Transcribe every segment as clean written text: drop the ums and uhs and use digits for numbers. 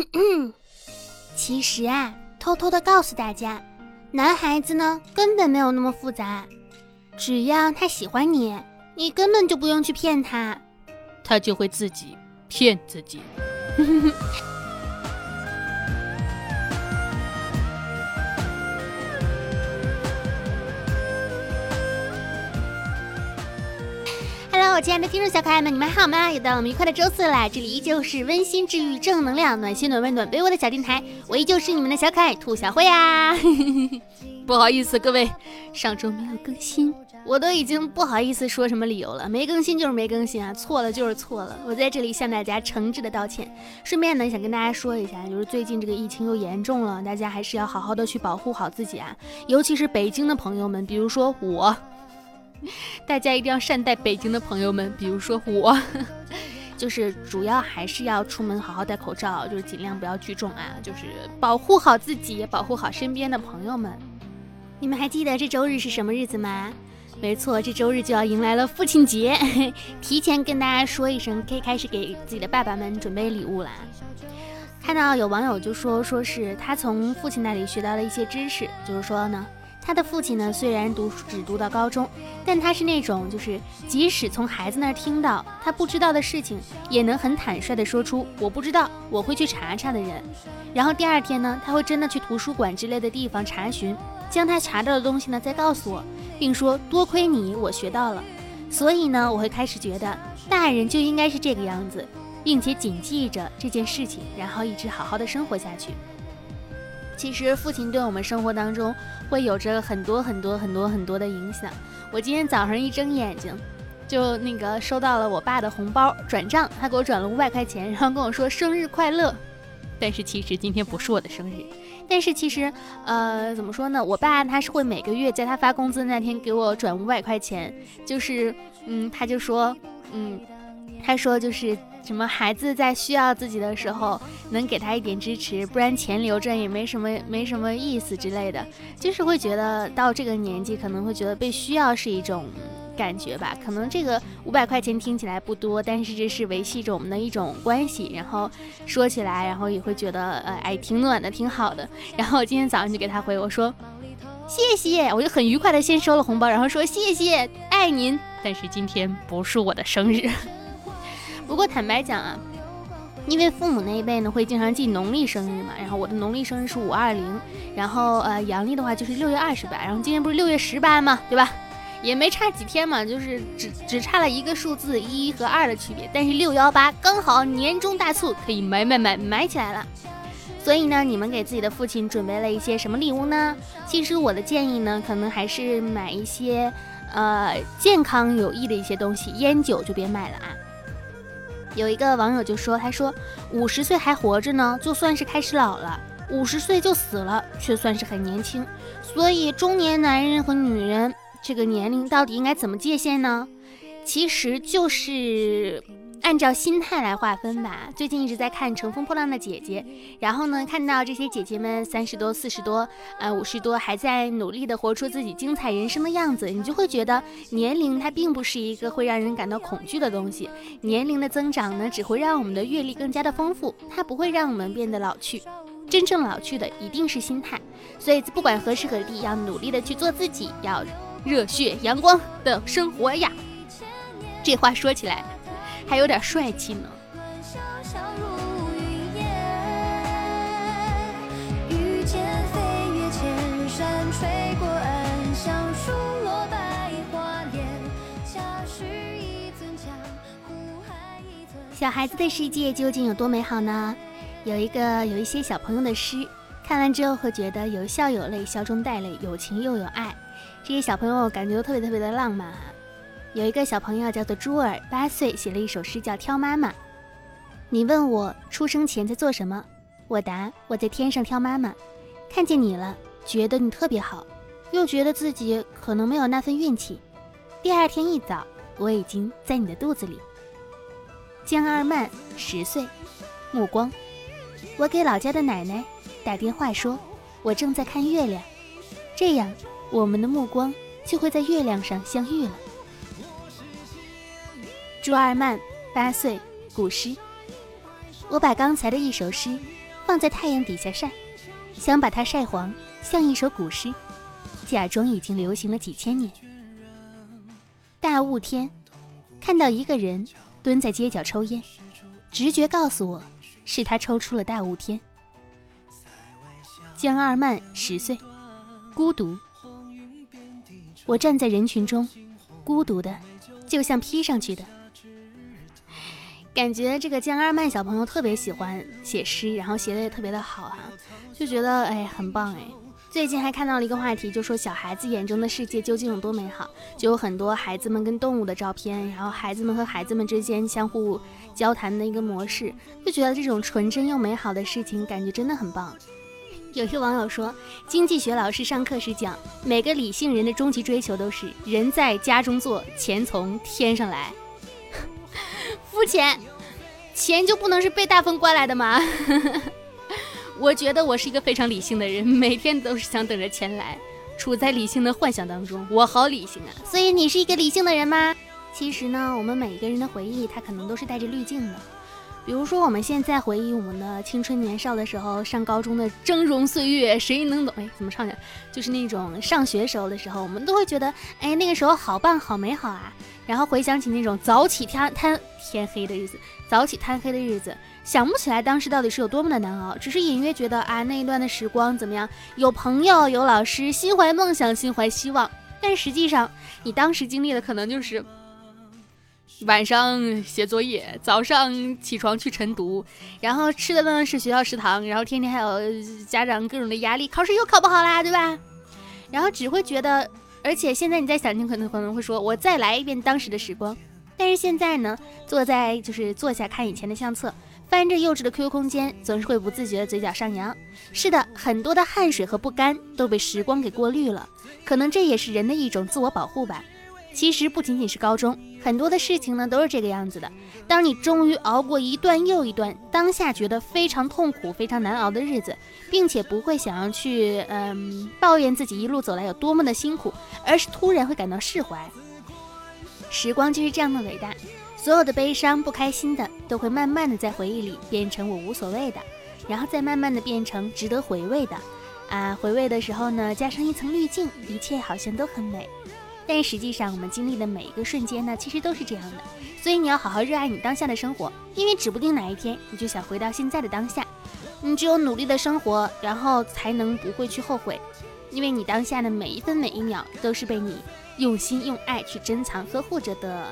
其实啊，偷偷的告诉大家，男孩子呢根本没有那么复杂，只要他喜欢你，你根本就不用去骗他， 他就会自己骗自己。 Hello， 我亲爱的听众小可爱们，你们好吗？又到了我们愉快的周四啦！这里依旧是温馨治愈、正能量、暖心暖温暖卑微的小电台，我依旧是你们的小可爱兔小慧啊！ 不好意思，各位，上周没有更新， 我都已经不好意思说什么理由了，没更新就是没更新啊，错了就是错了，我在这里向大家诚挚的道歉。顺便呢，想跟大家说一下，就是最近这个疫情又严重了，大家还是要好好的去保护好自己啊，尤其是北京的朋友们，比如说我。 大家一定要善待北京的朋友们，比如说我， 就是主要还是要出门好好戴口罩，就是尽量不要聚众啊，就是保护好自己，也保护好身边的朋友们。你们还记得这周日是什么日子吗？没错，这周日就要迎来了父亲节，提前跟大家说一声，可以开始给自己的爸爸们准备礼物啦。看到有网友就说是他从父亲那里学到了一些知识，就是说呢，他的父亲呢，虽然只读到高中，但他是那种就是即使从孩子那儿听到他不知道的事情，也能很坦率地说出我不知道，我会去查查的人。然后第二天呢，他会真的去图书馆之类的地方查询，将他查到的东西呢再告诉我，并说多亏你，我学到了。所以呢，我会开始觉得大人就应该是这个样子，并且谨记着这件事情，然后一直好好的生活下去。其实父亲对我们生活当中会有着很多的影响。我今天早上一睁眼睛，就收到了我爸的红包转账，他给我转了500块钱，然后跟我说生日快乐。 但是其实今天不是我的生日。 但是其实怎么说呢，我爸他是会每个月在他发工资那天给我转500块钱，就是他说就是什么孩子在需要自己的时候能给他一点支持，不然钱留着也没什么意思之类的。就是会觉得到这个年纪可能会觉得被需要是一种感觉吧，可能这个500块钱听起来不多，但是这是维系着我们的一种关系，然后说起来然后也会觉得挺暖的，挺好的。然后我今天早上就给他回我说谢谢，我就很愉快的先收了红包，然后说谢谢，爱您。 但是今天不是我的生日。 不过坦白讲啊，因为父母那一辈呢会经常记农历生日嘛，然后我的农历生日是520，然后阳历的话就是6月28，然后今天不是6月18嘛，对吧？也没差几天嘛，就是只差了一个数字1和2的区别，但是618刚好年终大促，可以买起来了。所以呢，你们给自己的父亲准备了一些什么礼物呢？其实我的建议呢，可能还是买一些健康有益的一些东西，烟酒就别买了啊。有一个网友就说，他说50岁还活着呢，就算是开始老了；50岁就死了，却算是很年轻。所以中年男人和女人这个年龄到底应该怎么界限呢？其实就是按照心态来划分吧。最近一直在看《乘风破浪的姐姐》，然后呢，看到这些姐姐们30多、40多、50多，还在努力的活出自己精彩人生的样子，你就会觉得年龄它并不是一个会让人感到恐惧的东西。年龄的增长呢，只会让我们的阅历更加的丰富，它不会让我们变得老去。真正老去的一定是心态。所以不管何时何地，要努力的去做自己，要热血阳光的生活呀。这话说起来还有点帅气呢。小孩子的世界究竟有多美好呢？有一些小朋友的诗，看完之后会觉得有笑有泪，笑中带泪，有情又有爱。这些小朋友感觉都特别的浪漫啊。有一个小朋友叫做朱尔，8岁，写了一首诗叫《挑妈妈》。你问我出生前在做什么，我答我在天上挑妈妈，看见你了，觉得你特别好，又觉得自己可能没有那份运气。第二天一早，我已经在你的肚子里。江二曼，10岁，目光。我给老家的奶奶打电话说，我正在看月亮，这样我们的目光就会在月亮上相遇了。朱二曼，8岁，古诗。我把刚才的一首诗放在太阳底下晒，想把它晒黄，像一首古诗，假装已经流行了几千年。大雾天，看到一个人蹲在街角抽烟，直觉告诉我是他抽出了大雾天。江二曼10岁，孤独。我站在人群中，孤独的就像披上去的。感觉这个江二曼小朋友特别喜欢写诗，然后写的也特别的好哈，就觉得很棒哎。最近还看到了一个话题，就说小孩子眼中的世界究竟有多美好，就有很多孩子们跟动物的照片，然后孩子们和孩子们之间相互交谈的一个模式，就觉得这种纯真又美好的事情感觉真的很棒。有些网友说，经济学老师上课时讲，每个理性人的终极追求都是人在家中坐，钱从天上来。肤浅，钱就不能是被大风刮来的吗？我觉得我是一个非常理性的人，每天都是想等着钱来，处在理性的幻想当中，我好理性啊。所以你是一个理性的人吗？其实呢，我们每一个人的回忆，它可能都是带着滤镜的。比如说我们现在回忆我们的青春年少的时候，上高中的峥嵘岁月，谁能懂？怎么唱的？就是那种上学时候的时候，我们都会觉得，那个时候好棒，好美好啊。然后回想起那种早起天黑的日子，早起贪黑的日子，想不起来当时到底是有多么的难熬，只是隐约觉得那一段的时光怎么样？有朋友，有老师，心怀梦想，心怀希望。但实际上，你当时经历的可能就是晚上写作业，早上起床去晨读，然后吃的呢是学校食堂，然后天天还有家长各种的压力，考试又考不好啦，对吧？然后只会觉得，而且现在你在想，你可能会说，我再来一遍当时的时光。但是现在呢，坐下看以前的相册，翻着幼稚的 QQ 空间，总是会不自觉的嘴角上扬。是的，很多的汗水和不甘都被时光给过滤了，可能这也是人的一种自我保护吧。其实不仅仅是高中，很多的事情呢都是这个样子的。当你终于熬过一段又一段当下觉得非常痛苦、非常难熬的日子，并且不会想要去抱怨自己一路走来有多么的辛苦，而是突然会感到释怀。时光就是这样的伟大，所有的悲伤、不开心的都会慢慢的在回忆里变成我无所谓的，然后再慢慢的变成值得回味的。回味的时候呢，加上一层滤镜，一切好像都很美。但实际上我们经历的每一个瞬间呢，其实都是这样的。所以你要好好热爱你当下的生活，因为指不定哪一天你就想回到现在的当下。你只有努力的生活，然后才能不会去后悔，因为你当下的每一分每一秒都是被你用心用爱去珍藏呵护着的。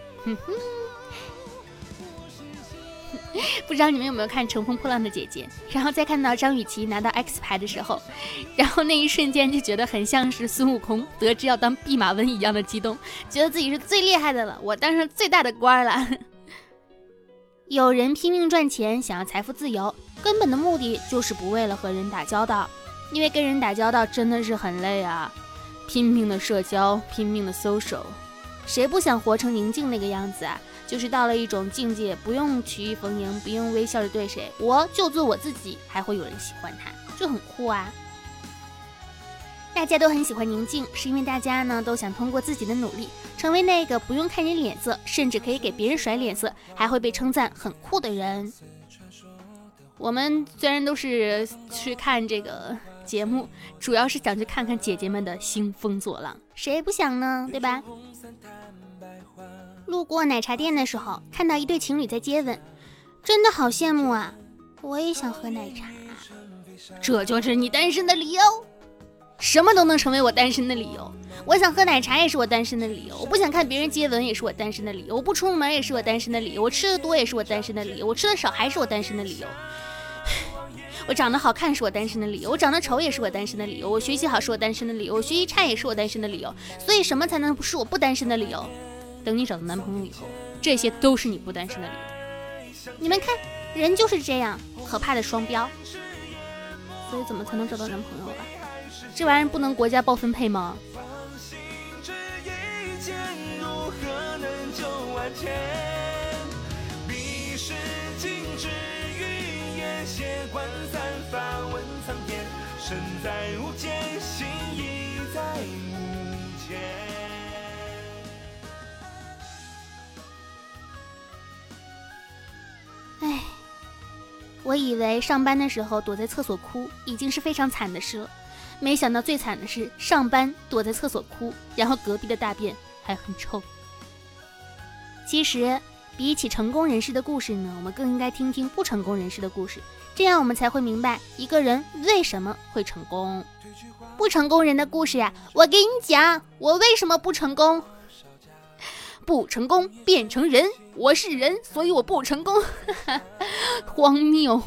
不知道你们有没有看《乘风破浪的姐姐》，然后再看到张雨绮拿到 X 牌的时候，然后那一瞬间就觉得很像是孙悟空得知要当弼马温一样的激动，觉得自己是最厉害的了，我当上最大的官了。有人拼命赚钱，想要财富自由，根本的目的就是不为了和人打交道，因为跟人打交道真的是很累啊，拼命的社交，拼命的 social， 谁不想活成宁静那个样子啊？就是到了一种境界，不用曲意逢迎，不用微笑着对谁，我就做我自己，还会有人喜欢他，就很酷啊。大家都很喜欢宁静，是因为大家呢都想通过自己的努力，成为那个不用看人脸色，甚至可以给别人甩脸色，还会被称赞很酷的人。我们虽然都是去看这个节目，主要是想去看看姐姐们的兴风作浪，谁不想呢，对吧？路过奶茶店的时候，看到一对情侣在接吻，真的好羡慕啊！我也想喝奶茶，这就是你单身的理由。什么都能成为我单身的理由。我想喝奶茶也是我单身的理由，我不想看别人接吻也是我单身的理由，我不出门也是我单身的理由，我吃的多也是我单身的理由，我吃的少还是我单身的理由。我长得好看是我单身的理由，我长得丑也是我单身的理由，我学习好是我单身的理由，我学习差也是我单身的理由。所以什么才能是我不单身的理由？等你找到男朋友以后，这些都是你不单身的理由。你们看，人就是这样可怕的双标。所以怎么才能找到男朋友啊？这玩意儿不能国家包分配吗？身在无间，心意在无间。 我以为上班的时候躲在厕所哭已经是非常惨的事了，没想到最惨的是上班躲在厕所哭，然后隔壁的大便还很臭。其实比起成功人士的故事呢，我们更应该听听不成功人士的故事，这样我们才会明白一个人为什么会成功。不成功人的故事呀，我给你讲，我为什么不成功。不成功变成人，我是人，所以我不成功。荒谬。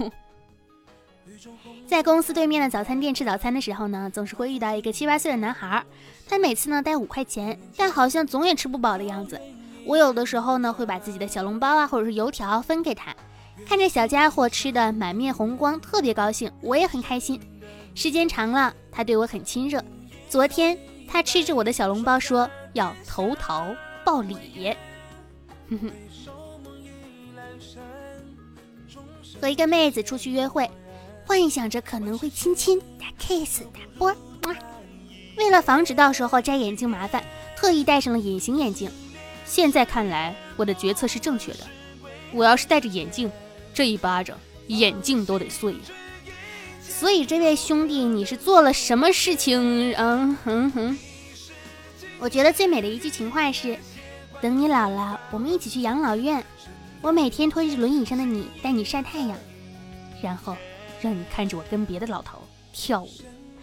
在公司对面的早餐店吃早餐的时候呢，总是会遇到一个7、8岁的男孩，他每次呢带5块钱，但好像总也吃不饱的样子。我有的时候呢会把自己的小笼包啊或者是油条分给他，看着小家伙吃的满面红光，特别高兴，我也很开心。时间长了，他对我很亲热。昨天他吃着我的小笼包说要投桃报李。和一个妹子出去约会，幻想着可能会亲亲、打 kiss、打啵。为了防止到时候摘眼镜麻烦，特意戴上了隐形眼镜。现在看来，我的决策是正确的。我要是戴着眼镜，这一巴掌眼镜都得碎。所以这位兄弟，你是做了什么事情？我觉得最美的一句情话是：等你老了，我们一起去养老院，我每天拖着轮椅上的你带你晒太阳，然后让你看着我跟别的老头跳舞。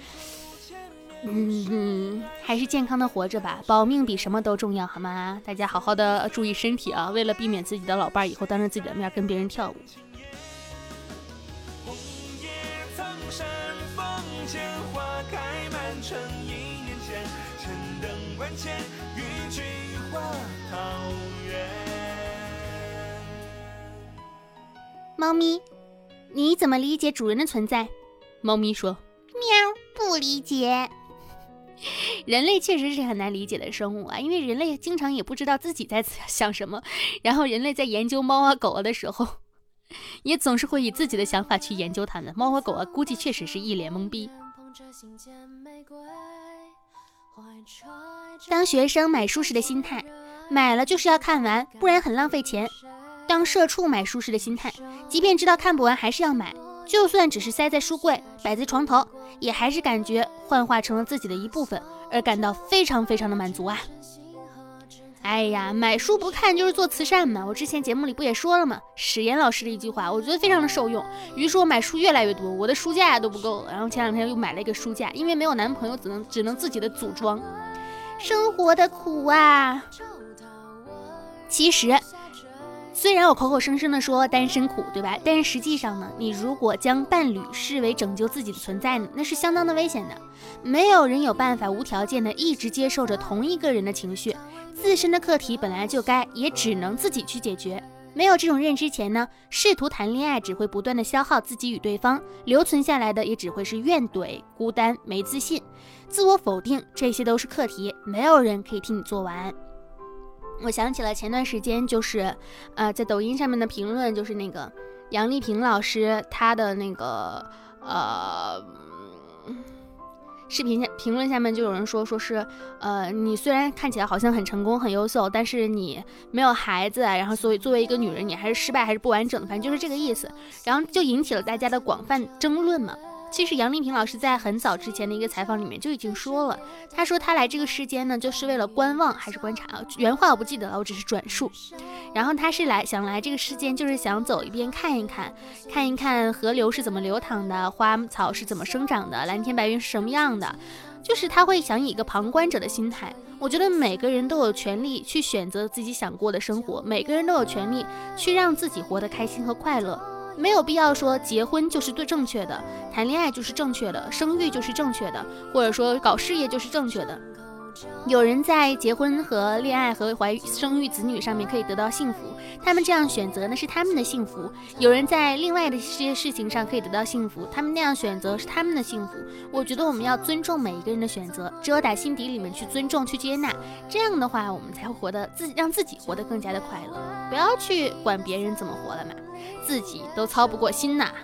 还是健康的活着吧，保命比什么都重要，好吗？大家好好的注意身体啊，为了避免自己的老伴以后当着自己的面跟别人跳舞。猫咪，你怎么理解主人的存在？ 猫咪说： 喵，不理解。人类确实是很难理解的生物啊，因为人类经常也不知道自己在想什么，然后人类在研究猫啊狗啊的时候，也总是会以自己的想法去研究它们。猫和狗啊，估计确实是一脸懵逼。当学生买书时的心态，买了就是要看完，不然很浪费钱。当社畜买书时的心态，即便知道看不完还是要买，就算只是塞在书柜摆在床头，也还是感觉幻化成了自己的一部分，而感到非常非常的满足啊。哎呀，买书不看就是做慈善嘛，我之前节目里不也说了吗？史岩老师的一句话我觉得非常的受用，于是我买书越来越多，我的书架都不够了，然后前两天又买了一个书架，因为没有男朋友只能自己的组装。生活的苦啊。其实虽然我口口声声的说单身苦，对吧？但是实际上呢，你如果将伴侣视为拯救自己的存在呢，那是相当的危险的。没有人有办法无条件的一直接受着同一个人的情绪，自身的课题本来就该也只能自己去解决。没有这种认知前呢，试图谈恋爱只会不断的消耗自己与对方，留存下来的也只会是怨怼、孤单、没自信、自我否定，这些都是课题，没有人可以替你做完。我想起了前段时间就是在抖音上面的评论，就是那个杨丽萍老师她的那个视频评论下面就有人说是你虽然看起来好像很成功很优秀，但是你没有孩子，然后所以作为一个女人你还是失败还是不完整的，反正就是这个意思，然后就引起了大家的广泛争论嘛。其实杨丽萍老师在很早之前的一个采访里面就已经说了，她说她来这个世间呢就是为了观望还是观察，原话我不记得了，我只是转述。然后她是想来这个世间就是想走一遍看一看河流是怎么流淌的，花草是怎么生长的，蓝天白云是什么样的，就是她会想以一个旁观者的心态。我觉得每个人都有权利去选择自己想过的生活，每个人都有权利去让自己活得开心和快乐，没有必要说结婚就是最正确的，谈恋爱就是正确的，生育就是正确的，或者说搞事业就是正确的。有人在结婚和恋爱和生育子女上面可以得到幸福，他们这样选择那是他们的幸福；有人在另外的一些事情上可以得到幸福，他们那样选择是他们的幸福。我觉得我们要尊重每一个人的选择，只有打心底里面去尊重去接纳，这样的话我们才会让自己活得更加的快乐。不要去管别人怎么活了嘛，自己都操不过心呐。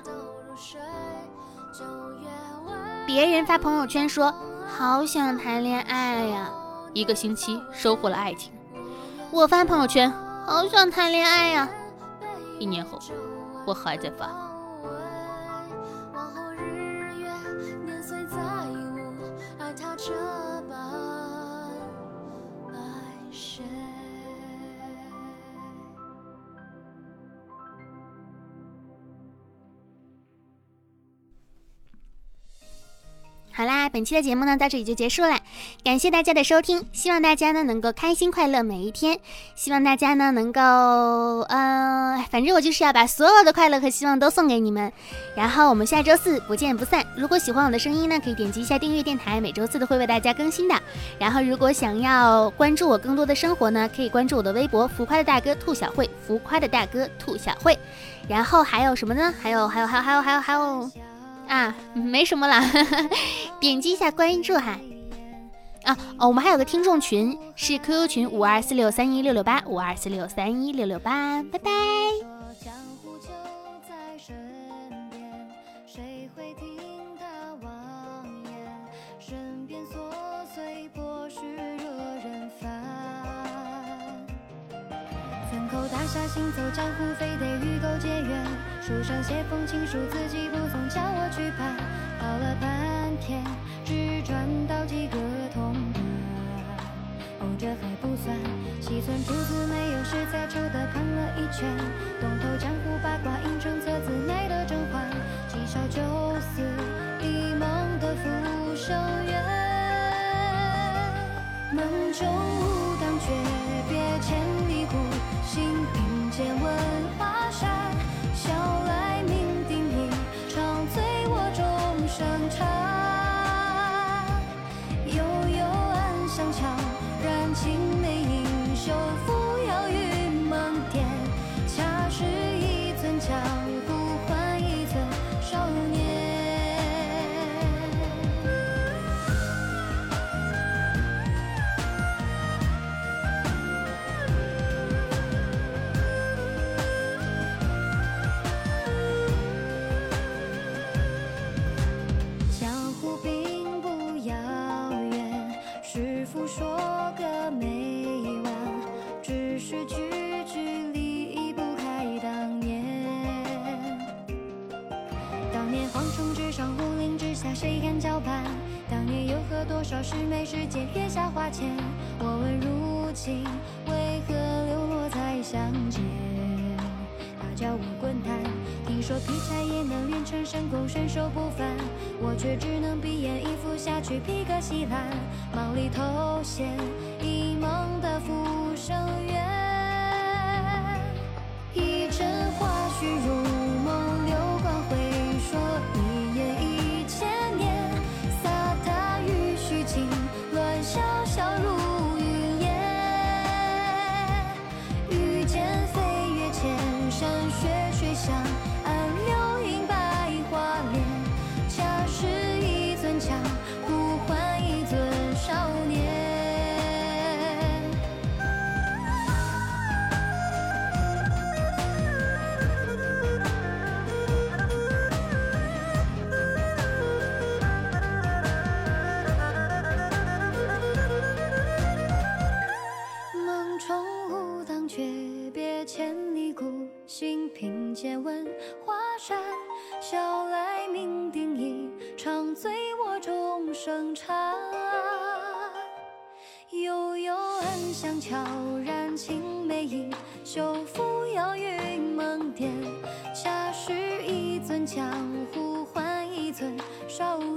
别人发朋友圈说好想谈恋爱呀，1个星期收获了爱情。我发朋友圈好想谈恋爱呀，1年后我还在发。 这般爱谁。 好啦，本期的节目呢到这里就结束了，感谢大家的收听，希望大家呢能够开心快乐每一天，希望大家呢能够反正我就是要把所有的快乐和希望都送给你们，然后我们下周四不见不散。如果喜欢我的声音呢，可以点击一下订阅电台，每周四都会为大家更新的。然后如果想要关注我更多的生活呢，可以关注我的微博浮夸的大哥兔小慧，浮夸的大哥兔小慧。然后还有什么呢？还有啊，没什么啦，点击一下关注哈。我们还有个听众群，是 QQ 群524631668524631668，拜拜。 江湖就在身边，谁会听他妄言？身边琐碎破事惹人烦。村口大厦行走江湖，非得与狗结缘。书上写封情书，字迹不送，叫我去盼。跑了半天，只赚到几个铜板。这还不算，西村主子没有食材，抽的看了一圈。东头江湖八卦印成册子，奈得甄嬛。七少九死，一梦的浮生缘。梦中无当诀，别千里孤，心并肩问华山。笑来酩酊一场，醉卧终生长。悠悠暗香桥，燃情眉影，修复遥云梦殿。恰是一寸江湖，换一寸少年。江湖并不遥远，师傅说个没完，只是句句离不开当年。当年皇城之上，武林之下，谁敢交办？当年又和多少师妹师姐月下花前？我问如今为何流落在乡间？他叫我滚蛋，听说劈柴也能练成神功，身手不凡。我却只能闭眼一伏下去，披个细兰，忙里偷闲，一梦的浮生缘。一阵花絮如梦，流光回说一夜一千年。洒踏于虚情，乱潇潇如云烟。遇见飞越千山雪水香，暗流映百花莲。恰是一尊强，呼唤一尊少年。梦中无当诀，别千里孤，心凭借问华山。笑来酩酊一场，醉卧终生长。悠悠暗香悄然情眉影，修复遥云梦殿。恰是一尊江湖，换一寸少